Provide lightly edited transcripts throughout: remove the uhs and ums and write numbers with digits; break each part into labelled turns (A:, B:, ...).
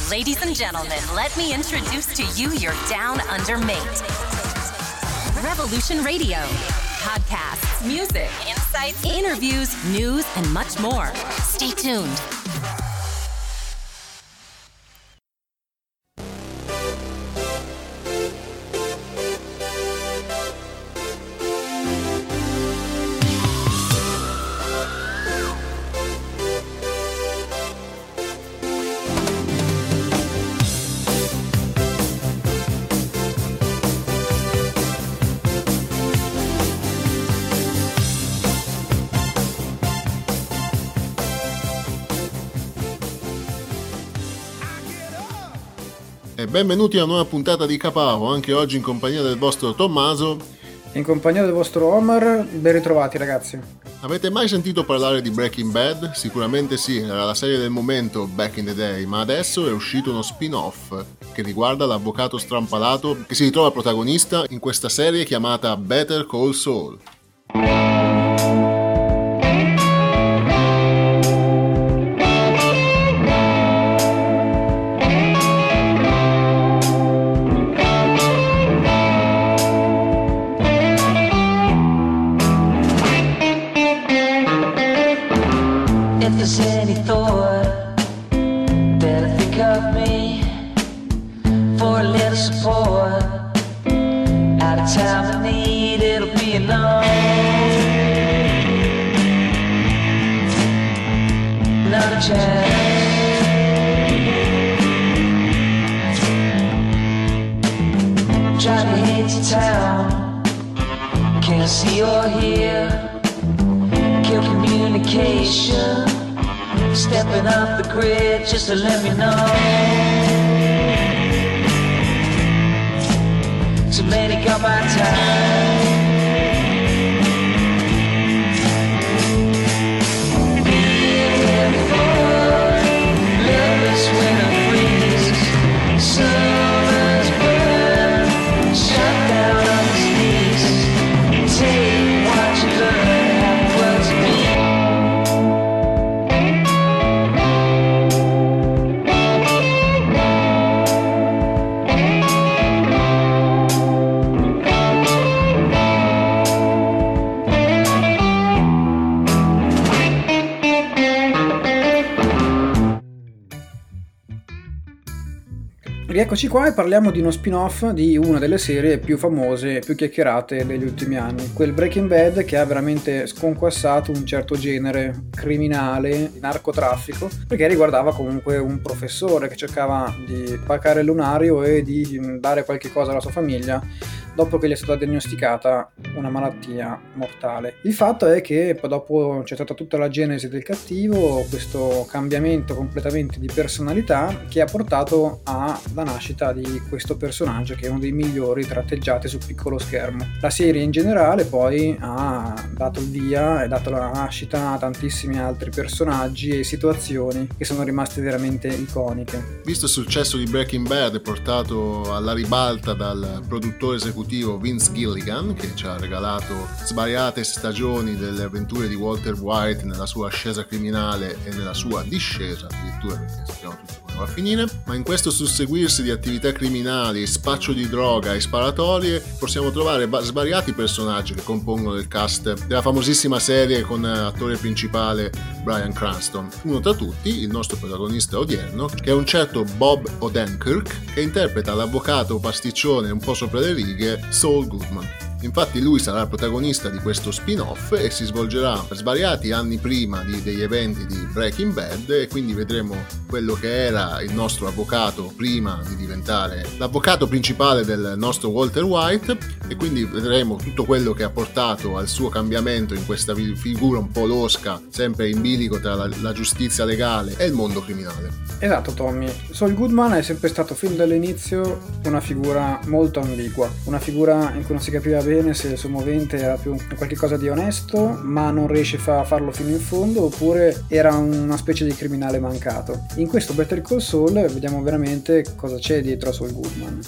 A: Ladies and gentlemen, let me introduce to you your Down Under mate. Revolution Radio. Podcasts, music, insights, interviews, news, and much more. Stay tuned.
B: E benvenuti a una nuova puntata di Capaavo, anche oggi in compagnia del vostro Tommaso.
C: In compagnia del vostro Omar, ben ritrovati ragazzi.
B: Avete mai sentito parlare di Breaking Bad? Sicuramente sì, era la serie del momento back in the day, ma adesso è uscito uno spin-off che riguarda l'avvocato strampalato che si ritrova protagonista in questa serie chiamata Better Call Saul.
D: Johnny hates town, can't see or hear, kill communication, stepping off the grid just to let me know. So many got my time.
C: Rieccoci qua e parliamo di uno spin-off di una delle serie più famose e più chiacchierate degli ultimi anni, quel Breaking Bad che ha veramente sconquassato un certo genere criminale, narcotraffico, perché riguardava comunque un professore che cercava di pagare il lunario e di dare qualche cosa alla sua famiglia dopo che gli è stata diagnosticata una malattia mortale. Il fatto è che poi dopo c'è stata tutta la genesi del cattivo, questo cambiamento completamente di personalità che ha portato alla nascita di questo personaggio che è uno dei migliori tratteggiati sul piccolo schermo. La serie in generale poi ha dato il via e dato la nascita a tantissimi altri personaggi e situazioni che sono rimaste veramente iconiche.
B: Visto il successo di Breaking Bad portato alla ribalta dal produttore esecutivo Vince Gilligan, che ci ha regalato svariate stagioni delle avventure di Walter White nella sua ascesa criminale e nella sua discesa addirittura, perché sappiamo tutti come va a finire, ma in questo susseguirsi di attività criminali, spaccio di droga e sparatorie possiamo trovare svariati personaggi che compongono il cast della famosissima serie con attore principale Bryan Cranston. Uno tra tutti, il nostro protagonista odierno, che è un certo Bob Odenkirk, che interpreta l'avvocato pasticcione un po' sopra le righe Saul Goodman. Infatti lui sarà il protagonista di questo spin-off e si svolgerà svariati anni prima degli eventi di Breaking Bad, e quindi vedremo quello che era il nostro avvocato prima di diventare l'avvocato principale del nostro Walter White, e quindi vedremo tutto quello che ha portato al suo cambiamento in questa figura un po' losca, sempre in bilico tra la giustizia legale e il mondo criminale.
C: Esatto Tommy, Saul Goodman è sempre stato fin dall'inizio una figura molto ambigua, una figura in cui non si capiva bene se il suo movente era più qualcosa di onesto ma non riesce a farlo fino in fondo, oppure era una specie di criminale mancato. In questo Better Call Saul vediamo veramente cosa c'è dietro a Saul Goodman.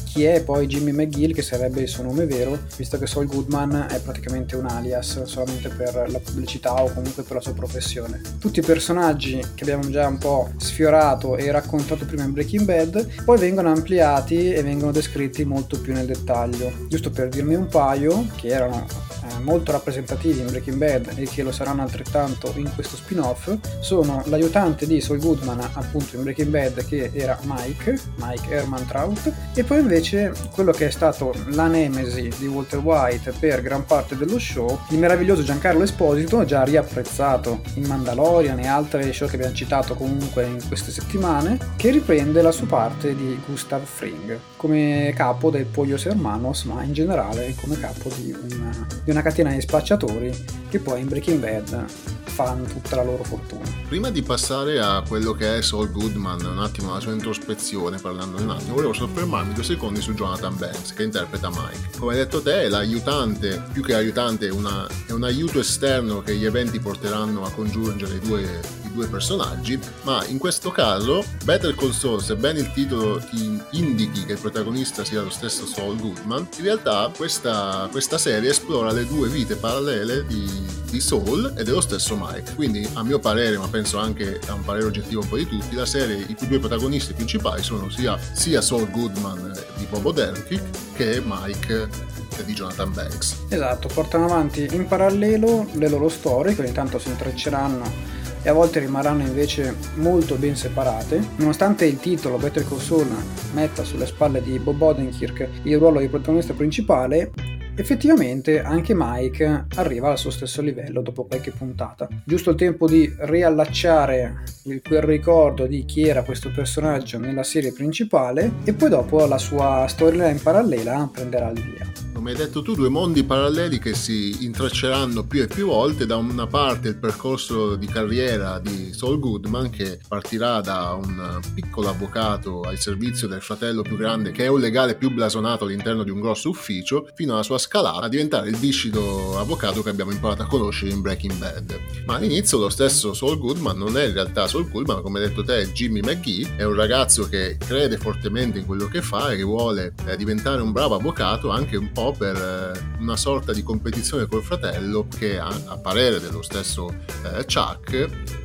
C: chi è poi Jimmy McGill, che sarebbe il suo nome vero, visto che Saul Goodman è praticamente un alias solamente per la pubblicità o comunque per la sua professione. Tutti i personaggi che abbiamo già un po' sfiorato e raccontato prima in Breaking Bad poi vengono ampliati e vengono descritti molto più nel dettaglio. Giusto per dirne un paio che erano molto rappresentativi in Breaking Bad e che lo saranno altrettanto in questo spin-off, sono l'aiutante di Saul Goodman appunto in Breaking Bad, che era Mike Ehrmantraut, e poi invece quello che è stato la nemesi di Walter White per gran parte dello show, il meraviglioso Giancarlo Esposito, già riapprezzato in Mandalorian e altre show che abbiamo citato comunque in queste settimane, che riprende la sua parte di Gustav Fring come capo del Pollos Hermanos, ma in generale come capo di una catena di spacciatori che poi in Breaking Bad fanno tutta la loro fortuna.
B: Prima di passare a quello che è Saul Goodman, un attimo la sua introspezione, parlandone un attimo, volevo soffermarmi 2 secondi su Jonathan Banks, che interpreta Mike. Come hai detto te, l'aiutante, più che aiutante, è un aiuto esterno che gli eventi porteranno a congiungere i due personaggi, ma in questo caso Better Call Saul, sebbene il titolo ti indichi che il protagonista sia lo stesso Saul Goodman, in realtà questa serie esplora le 2 vite parallele di Saul e dello stesso Mike. Quindi a mio parere, ma penso anche a un parere oggettivo un po' di tutti, la serie, i 2 protagonisti principali sono sia Saul Goodman di Bob Odenkirk che Mike di Jonathan Banks.
C: Esatto, portano avanti in parallelo le loro storie che ogni tanto si intrecceranno e a volte rimarranno invece molto ben separate. Nonostante il titolo Better Call Saul metta sulle spalle di Bob Odenkirk il ruolo di protagonista principale, effettivamente anche Mike arriva al suo stesso livello dopo qualche puntata. Giusto il tempo di riallacciare quel ricordo di chi era questo personaggio nella serie principale e poi dopo la sua storyline parallela prenderà il via.
B: Come hai detto tu, 2 mondi paralleli che si intrecceranno più e più volte. Da una parte il percorso di carriera di Saul Goodman, che partirà da un piccolo avvocato al servizio del fratello più grande, che è un legale più blasonato all'interno di un grosso ufficio, fino alla sua scalata a diventare il viscido avvocato che abbiamo imparato a conoscere in Breaking Bad. Ma all'inizio lo stesso Saul Goodman non è in realtà Saul Goodman, come hai detto te, è Jimmy McGee, è un ragazzo che crede fortemente in quello che fa e che vuole diventare un bravo avvocato, anche un po' per una sorta di competizione col fratello, che a parere dello stesso Chuck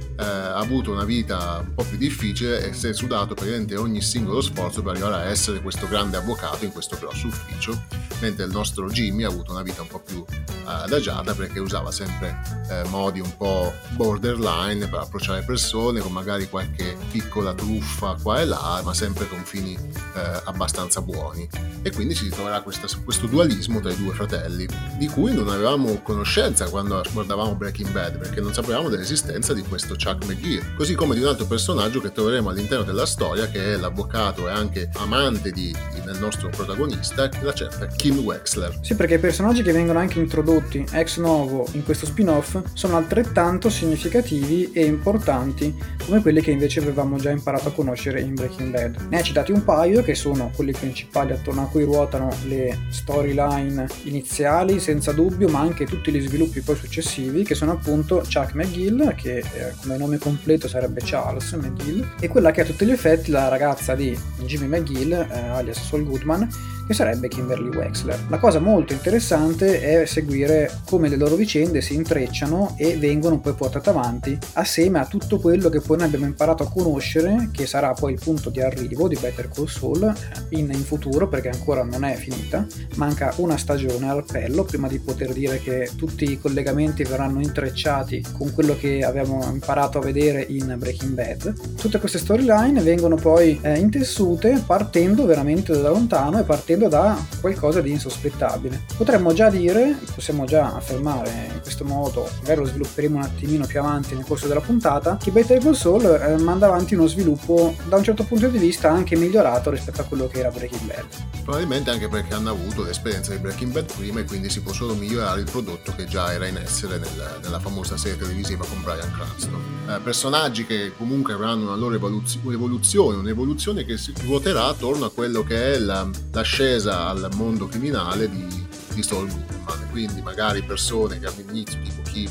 B: ha avuto una vita un po' più difficile e si è sudato praticamente ogni singolo sforzo per arrivare a essere questo grande avvocato in questo grosso ufficio, mentre il nostro Jimmy ha avuto una vita un po' più adagiata, perché usava sempre modi un po' borderline per approcciare persone, con magari qualche piccola truffa qua e là, ma sempre con fini abbastanza buoni. E quindi si ritroverà questo dualismo tra i 2 fratelli, di cui non avevamo conoscenza quando guardavamo Breaking Bad, perché non sapevamo dell'esistenza di questo Chuck McGee, così come di un altro personaggio che troveremo all'interno della storia, che è l'avvocato e anche amante del nostro protagonista, la certa Kim Wexler.
C: Sì, perché i personaggi che vengono anche introdotti ex novo in questo spin-off sono altrettanto significativi e importanti come quelli che invece avevamo già imparato a conoscere in Breaking Bad. Ne hai citati un paio, che sono quelli principali attorno a cui ruotano le storyline iniziali, senza dubbio, ma anche tutti gli sviluppi poi successivi, che sono appunto Chuck McGill, che come nome completo sarebbe Charles McGill, e quella che a tutti gli effetti la ragazza di Jimmy McGill, alias Saul Goodman, che sarebbe Kimberly Wexler. La cosa molto interessante è seguire come le loro vicende si intrecciano e vengono poi portate avanti assieme a tutto quello che poi noi abbiamo imparato a conoscere, che sarà poi il punto di arrivo di Better Call Saul in futuro, perché ancora non è finita, manca una stagione al appello prima di poter dire che tutti i collegamenti verranno intrecciati con quello che abbiamo imparato a vedere in Breaking Bad. Tutte queste storyline vengono poi intessute partendo veramente da lontano e partendo da qualcosa di insospettabile. Potremmo già dire, possiamo già affermare in questo modo, magari lo svilupperemo un attimino più avanti nel corso della puntata, che Better Call Saul manda avanti uno sviluppo da un certo punto di vista anche migliorato rispetto a quello che era Breaking Bad.
B: Probabilmente anche perché hanno avuto l'esperienza di Breaking Bad prima e quindi si può solo migliorare il prodotto che già era in essere nella famosa serie televisiva con Bryan Cranston. Personaggi che comunque avranno una loro un'evoluzione che si ruoterà attorno a quello che è l'ascesa al mondo criminale di Saul Goodman. Quindi magari persone che all'inizio, tipo Kim,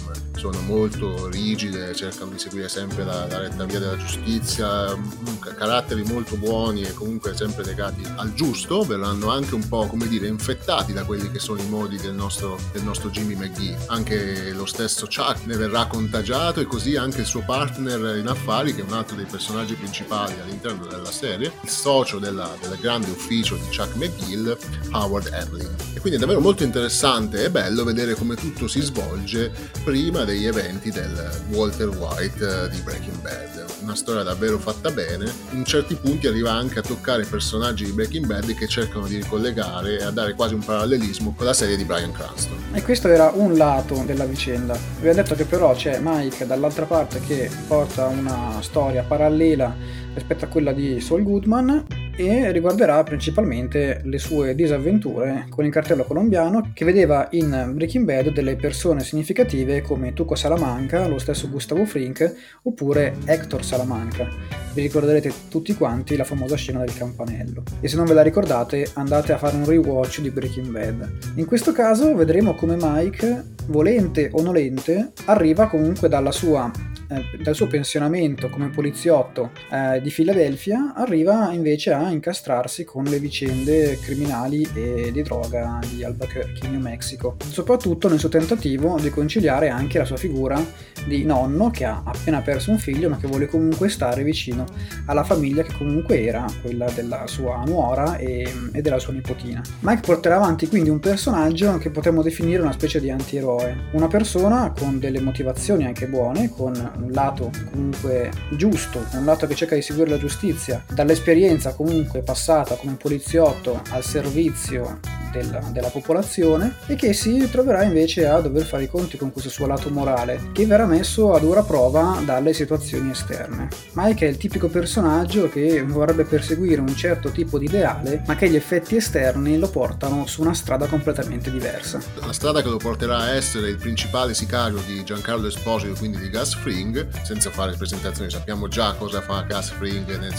B: sono molto rigide, cercano di seguire sempre la retta via della giustizia, caratteri molto buoni e comunque sempre legati al giusto, verranno anche un po', come dire, infettati da quelli che sono i modi del nostro Jimmy McGee. Anche lo stesso Chuck ne verrà contagiato, e così anche il suo partner in affari, che è un altro dei personaggi principali all'interno della serie, il socio del grande ufficio di Chuck McGill, Howard Hamlin. E quindi è davvero molto interessante e bello vedere come tutto si svolge prima degli eventi del Walter White di Breaking Bad. Una storia davvero fatta bene, in certi punti arriva anche a toccare i personaggi di Breaking Bad che cercano di ricollegare e a dare quasi un parallelismo con la serie di Bryan Cranston.
C: E questo era un lato della vicenda. Vi ho detto che però c'è Mike dall'altra parte che porta una storia parallela rispetto a quella di Saul Goodman, e riguarderà principalmente le sue disavventure con il cartello colombiano, che vedeva in Breaking Bad delle persone significative come Tuco Salamanca, lo stesso Gustavo Fring, oppure Hector Salamanca. Vi ricorderete tutti quanti la famosa scena del campanello, e se non ve la ricordate andate a fare un rewatch di Breaking Bad. In questo caso vedremo come Mike, volente o nolente, arriva comunque dal suo pensionamento come poliziotto di Filadelfia, arriva invece a incastrarsi con le vicende criminali e di droga di Albuquerque, New Mexico, soprattutto nel suo tentativo di conciliare anche la sua figura di nonno che ha appena perso un figlio ma che vuole comunque stare vicino alla famiglia che comunque era quella della sua nuora e della sua nipotina. Mike porterà avanti quindi un personaggio che potremmo definire una specie di antieroe, una persona con delle motivazioni anche buone, con un lato comunque giusto, un lato che cerca di seguire la giustizia, dall'esperienza comunque passata come poliziotto al servizio della popolazione, e che si troverà invece a dover fare i conti con questo suo lato morale che verrà messo a dura prova dalle situazioni esterne. Mike è il tipico personaggio che vorrebbe perseguire un certo tipo di ideale, ma che gli effetti esterni lo portano su una strada completamente diversa.
B: La strada che lo porterà a essere il principale sicario di Giancarlo Esposito, quindi di Gus Fring. Senza fare presentazioni, sappiamo già cosa fa Gus Fring nel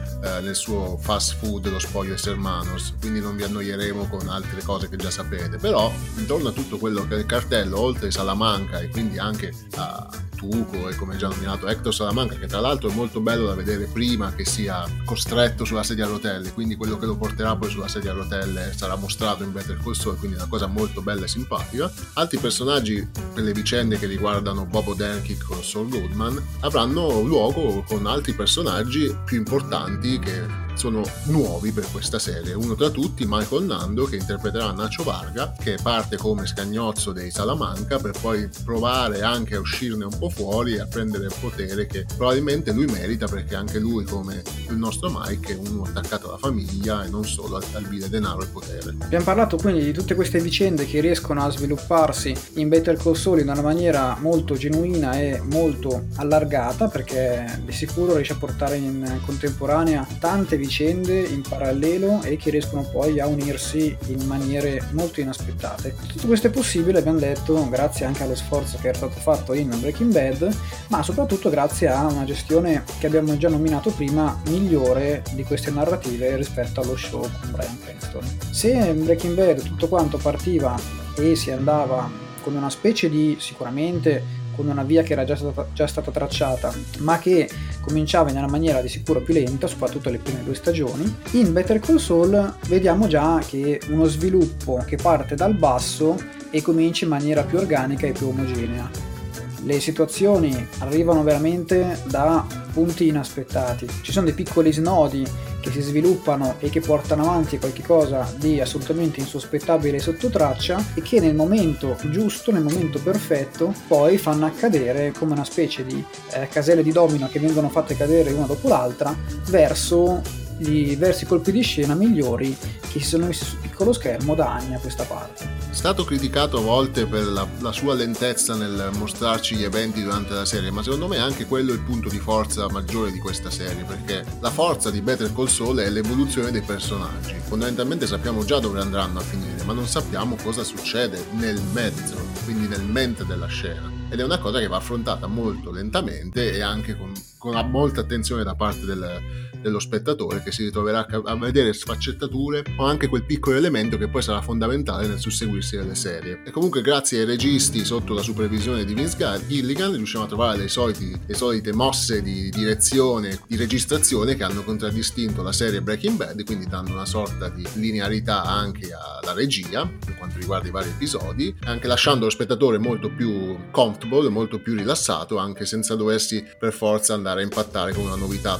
B: suo fast food, Los Pollos Hermanos, quindi non vi annoieremo con altre cose che già sapete. Però intorno a tutto quello che è il cartello, oltre Salamanca e quindi anche a Tuco e, come già nominato, Hector Salamanca, che tra l'altro è molto bello da vedere prima che sia costretto sulla sedia a rotelle, quindi quello che lo porterà poi sulla sedia a rotelle sarà mostrato in Better Call Saul, quindi una cosa molto bella e simpatica. Altri personaggi per le vicende che riguardano Bob Odenkirk con Saul Goodman avranno luogo con altri personaggi più importanti che sono nuovi per questa serie. Uno tra tutti, Michael Nando, che interpreterà Nacho Varga, che parte come scagnozzo dei Salamanca per poi provare anche a uscirne un po' fuori e a prendere il potere che probabilmente lui merita, perché anche lui, come il nostro Mike, è uno attaccato alla famiglia e non solo al vile denaro e potere.
C: Abbiamo parlato quindi di tutte queste vicende che riescono a svilupparsi in Better Call Saul in una maniera molto genuina e molto allargata, perché di sicuro riesce a portare in contemporanea tante vicende in parallelo e che riescono poi a unirsi in maniere molto inaspettate. Tutto questo è possibile, abbiamo detto, grazie anche allo sforzo che era stato fatto in Breaking Bad, ma soprattutto grazie a una gestione che abbiamo già nominato prima, migliore di queste narrative rispetto allo show con Bryan Cranston. Se in Breaking Bad tutto quanto partiva e si andava con una specie di, sicuramente con una via che era già stata tracciata, ma che cominciava in una maniera di sicuro più lenta, soprattutto le prime 2 stagioni, in Better Call Saul vediamo già che uno sviluppo che parte dal basso e comincia in maniera più organica e più omogenea. Le situazioni arrivano veramente da punti inaspettati, ci sono dei piccoli snodi che si sviluppano e che portano avanti qualche cosa di assolutamente insospettabile sotto traccia e che nel momento giusto, nel momento perfetto, poi fanno accadere come una specie di caselle di domino che vengono fatte cadere una dopo l'altra verso i colpi di scena migliori che si sono visti sul piccolo schermo da anni a questa parte.
B: È stato criticato a volte per la sua lentezza nel mostrarci gli eventi durante la serie, ma secondo me anche quello è il punto di forza maggiore di questa serie, perché la forza di Better Call Saul è l'evoluzione dei personaggi. Fondamentalmente sappiamo già dove andranno a finire, ma non sappiamo cosa succede nel mezzo, quindi nel mente della scena. Ed è una cosa che va affrontata molto lentamente e anche con con molta attenzione da parte dello spettatore, che si ritroverà a vedere sfaccettature o anche quel piccolo elemento che poi sarà fondamentale nel susseguirsi delle serie. E comunque grazie ai registi sotto la supervisione di Vince Gilligan riusciamo a trovare le solite mosse di direzione, di registrazione che hanno contraddistinto la serie Breaking Bad, quindi dando una sorta di linearità anche alla regia per quanto riguarda i vari episodi, anche lasciando lo spettatore molto più comfortable, molto più rilassato, anche senza doversi per forza andare a impattare con una novità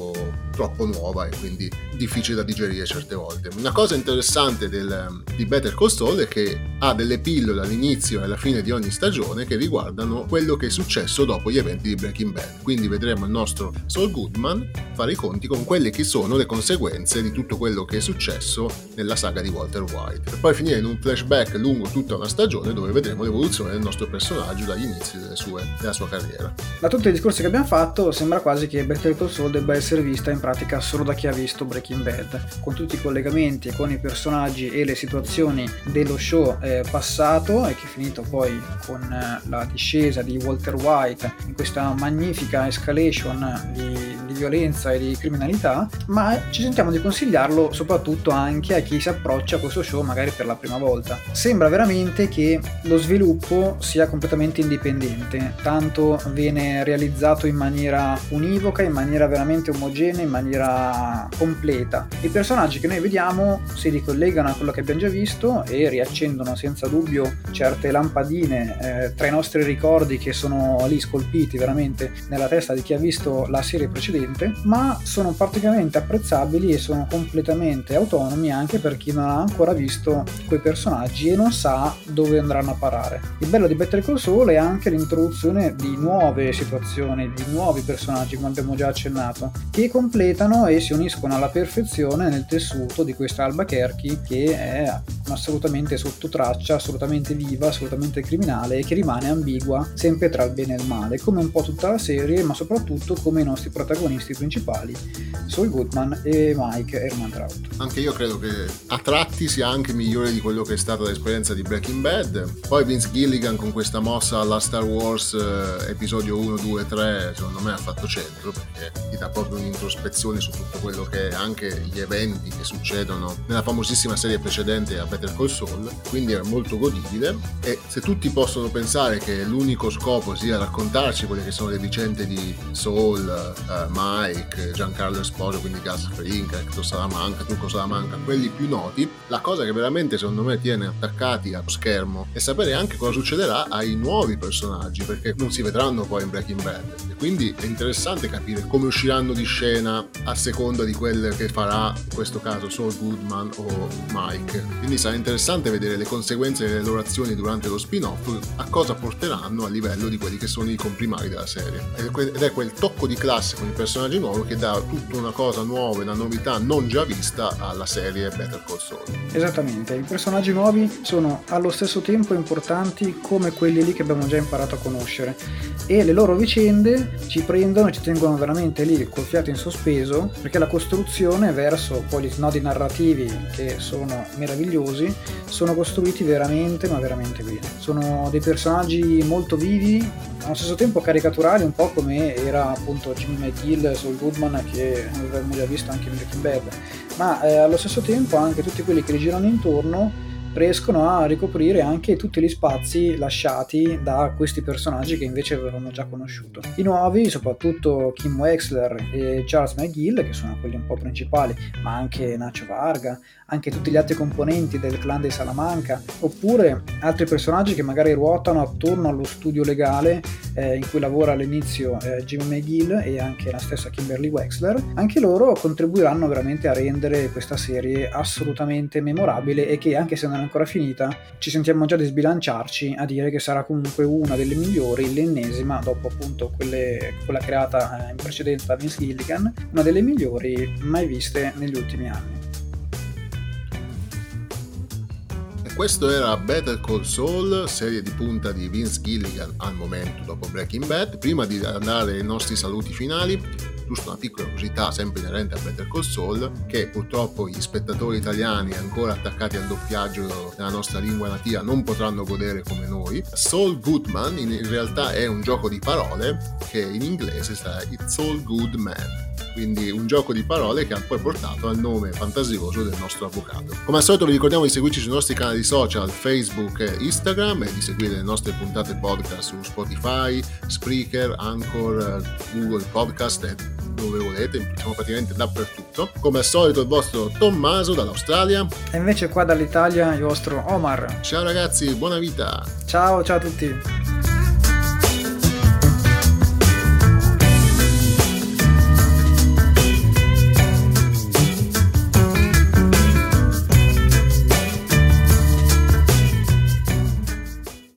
B: troppo nuova e quindi difficile da digerire certe volte. Una cosa interessante di Better Call Saul è che ha delle pillole all'inizio e alla fine di ogni stagione che riguardano quello che è successo dopo gli eventi di Breaking Bad, quindi vedremo il nostro Saul Goodman fare i conti con quelle che sono le conseguenze di tutto quello che è successo nella saga di Walter White, per poi finire in un flashback lungo tutta una stagione dove vedremo l'evoluzione del nostro personaggio dagli inizi della sua carriera.
C: Da tutti i discorsi che abbiamo fatto sembra quasi che Better Call Saul debba essere vista in pratica solo da chi ha visto Breaking Bad, con tutti i collegamenti con i personaggi e le situazioni dello show passato, e che è finito poi con la discesa di Walter White in questa magnifica escalation di violenza e di criminalità, ma ci sentiamo di consigliarlo soprattutto anche a chi si approccia a questo show magari per la prima volta. Sembra veramente che lo sviluppo sia completamente indipendente, tanto viene realizzato in maniera univoca, in maniera veramente omogenea, in maniera completa. I personaggi che noi vediamo si ricollegano a quello che abbiamo già visto e riaccendono senza dubbio certe lampadine tra i nostri ricordi che sono lì scolpiti veramente nella testa di chi ha visto la serie precedente, ma sono particolarmente apprezzabili e sono completamente autonomi anche per chi non ha ancora visto quei personaggi e non sa dove andranno a parare. Il bello di Better Call Saul è anche l'introduzione di nuove situazioni, di nuovi personaggi, come abbiamo già accennato, che completano e si uniscono alla perfezione nel tessuto di questa Albuquerque che è assolutamente sotto traccia, assolutamente viva, assolutamente criminale e che rimane ambigua sempre tra il bene e il male, come un po' tutta la serie, ma soprattutto come i nostri protagonisti principali, Saul Goodman e Mike Ehrmantraut.
B: Anche io credo che a tratti sia anche migliore di quello che è stata l'esperienza di Breaking Bad. Poi Vince Gilligan con questa mossa alla Star Wars episodio 1, 2, 3 secondo me ha fatto centro, perché ti dà proprio un'introspezione su tutto quello che è anche gli eventi che succedono nella famosissima serie precedente a Better Call Saul, quindi è molto godibile. E se tutti possono pensare che l'unico scopo sia raccontarci quelle che sono le vicende di Saul, Mike, Giancarlo Esposito, quindi Gus Fring, Hector Salamanca, Turco Salamanca, quelli più noti, la cosa che veramente secondo me tiene attaccati allo schermo è sapere anche cosa succederà ai nuovi personaggi, perché non si vedranno poi in Breaking Bad, e quindi è interessante capire come usciranno di scena a seconda di quelle che farà in questo caso Saul Goodman o Mike. Quindi sarà interessante vedere le conseguenze delle loro azioni durante lo spin-off, a cosa porteranno a livello di quelli che sono i comprimari della serie, ed è quel tocco di classe con i personaggi nuovi che dà tutta una cosa nuova, una novità non già vista alla serie Better Call Saul.
C: Esattamente, i personaggi nuovi sono allo stesso tempo importanti come quelli lì che abbiamo già imparato a conoscere, e le loro vicende ci prendono e ci tengono veramente lì col fiato in sospeso, perché la costruzione verso poi gli snodi narrativi, che sono meravigliosi, sono costruiti veramente ma veramente bene. Sono dei personaggi molto vivi, allo stesso tempo caricaturali, un po' come era appunto Jimmy McGill, Saul Goodman, che avremmo già visto anche in Breaking Bad, ma allo stesso tempo anche tutti quelli che gli girano intorno riescono a ricoprire anche tutti gli spazi lasciati da questi personaggi che invece avevamo già conosciuto. I nuovi, soprattutto Kim Wexler e Charles McGill, che sono quelli un po' principali, ma anche Nacho Varga, anche tutti gli altri componenti del clan dei Salamanca, oppure altri personaggi che magari ruotano attorno allo studio legale in cui lavora all'inizio Jimmy McGill e anche la stessa Kimberly Wexler. Anche loro contribuiranno veramente a rendere questa serie assolutamente memorabile, e che anche se non è ancora finita ci sentiamo già di sbilanciarci a dire che sarà comunque una delle migliori, l'ennesima dopo appunto quella creata in precedenza da Vince Gilligan, una delle migliori mai viste negli ultimi anni.
B: Questo era Better Call Saul, serie di punta di Vince Gilligan al momento dopo Breaking Bad. Prima di andare ai nostri saluti finali, giusto una piccola curiosità sempre inerente a Better Call Saul, che purtroppo gli spettatori italiani ancora attaccati al doppiaggio nella nostra lingua nativa non potranno godere come noi. Saul Goodman in realtà è un gioco di parole che in inglese sarà It's All Good Man, quindi un gioco di parole che ha poi portato al nome fantasioso del nostro avvocato. Come al solito vi ricordiamo di seguirci sui nostri canali social Facebook e Instagram e di seguire le nostre puntate podcast su Spotify, Spreaker, Anchor, Google Podcast e dove volete, siamo praticamente dappertutto. Come al solito il vostro Tommaso dall'Australia.
C: E invece qua dall'Italia il vostro Omar.
B: Ciao ragazzi, buona vita!
C: Ciao a tutti!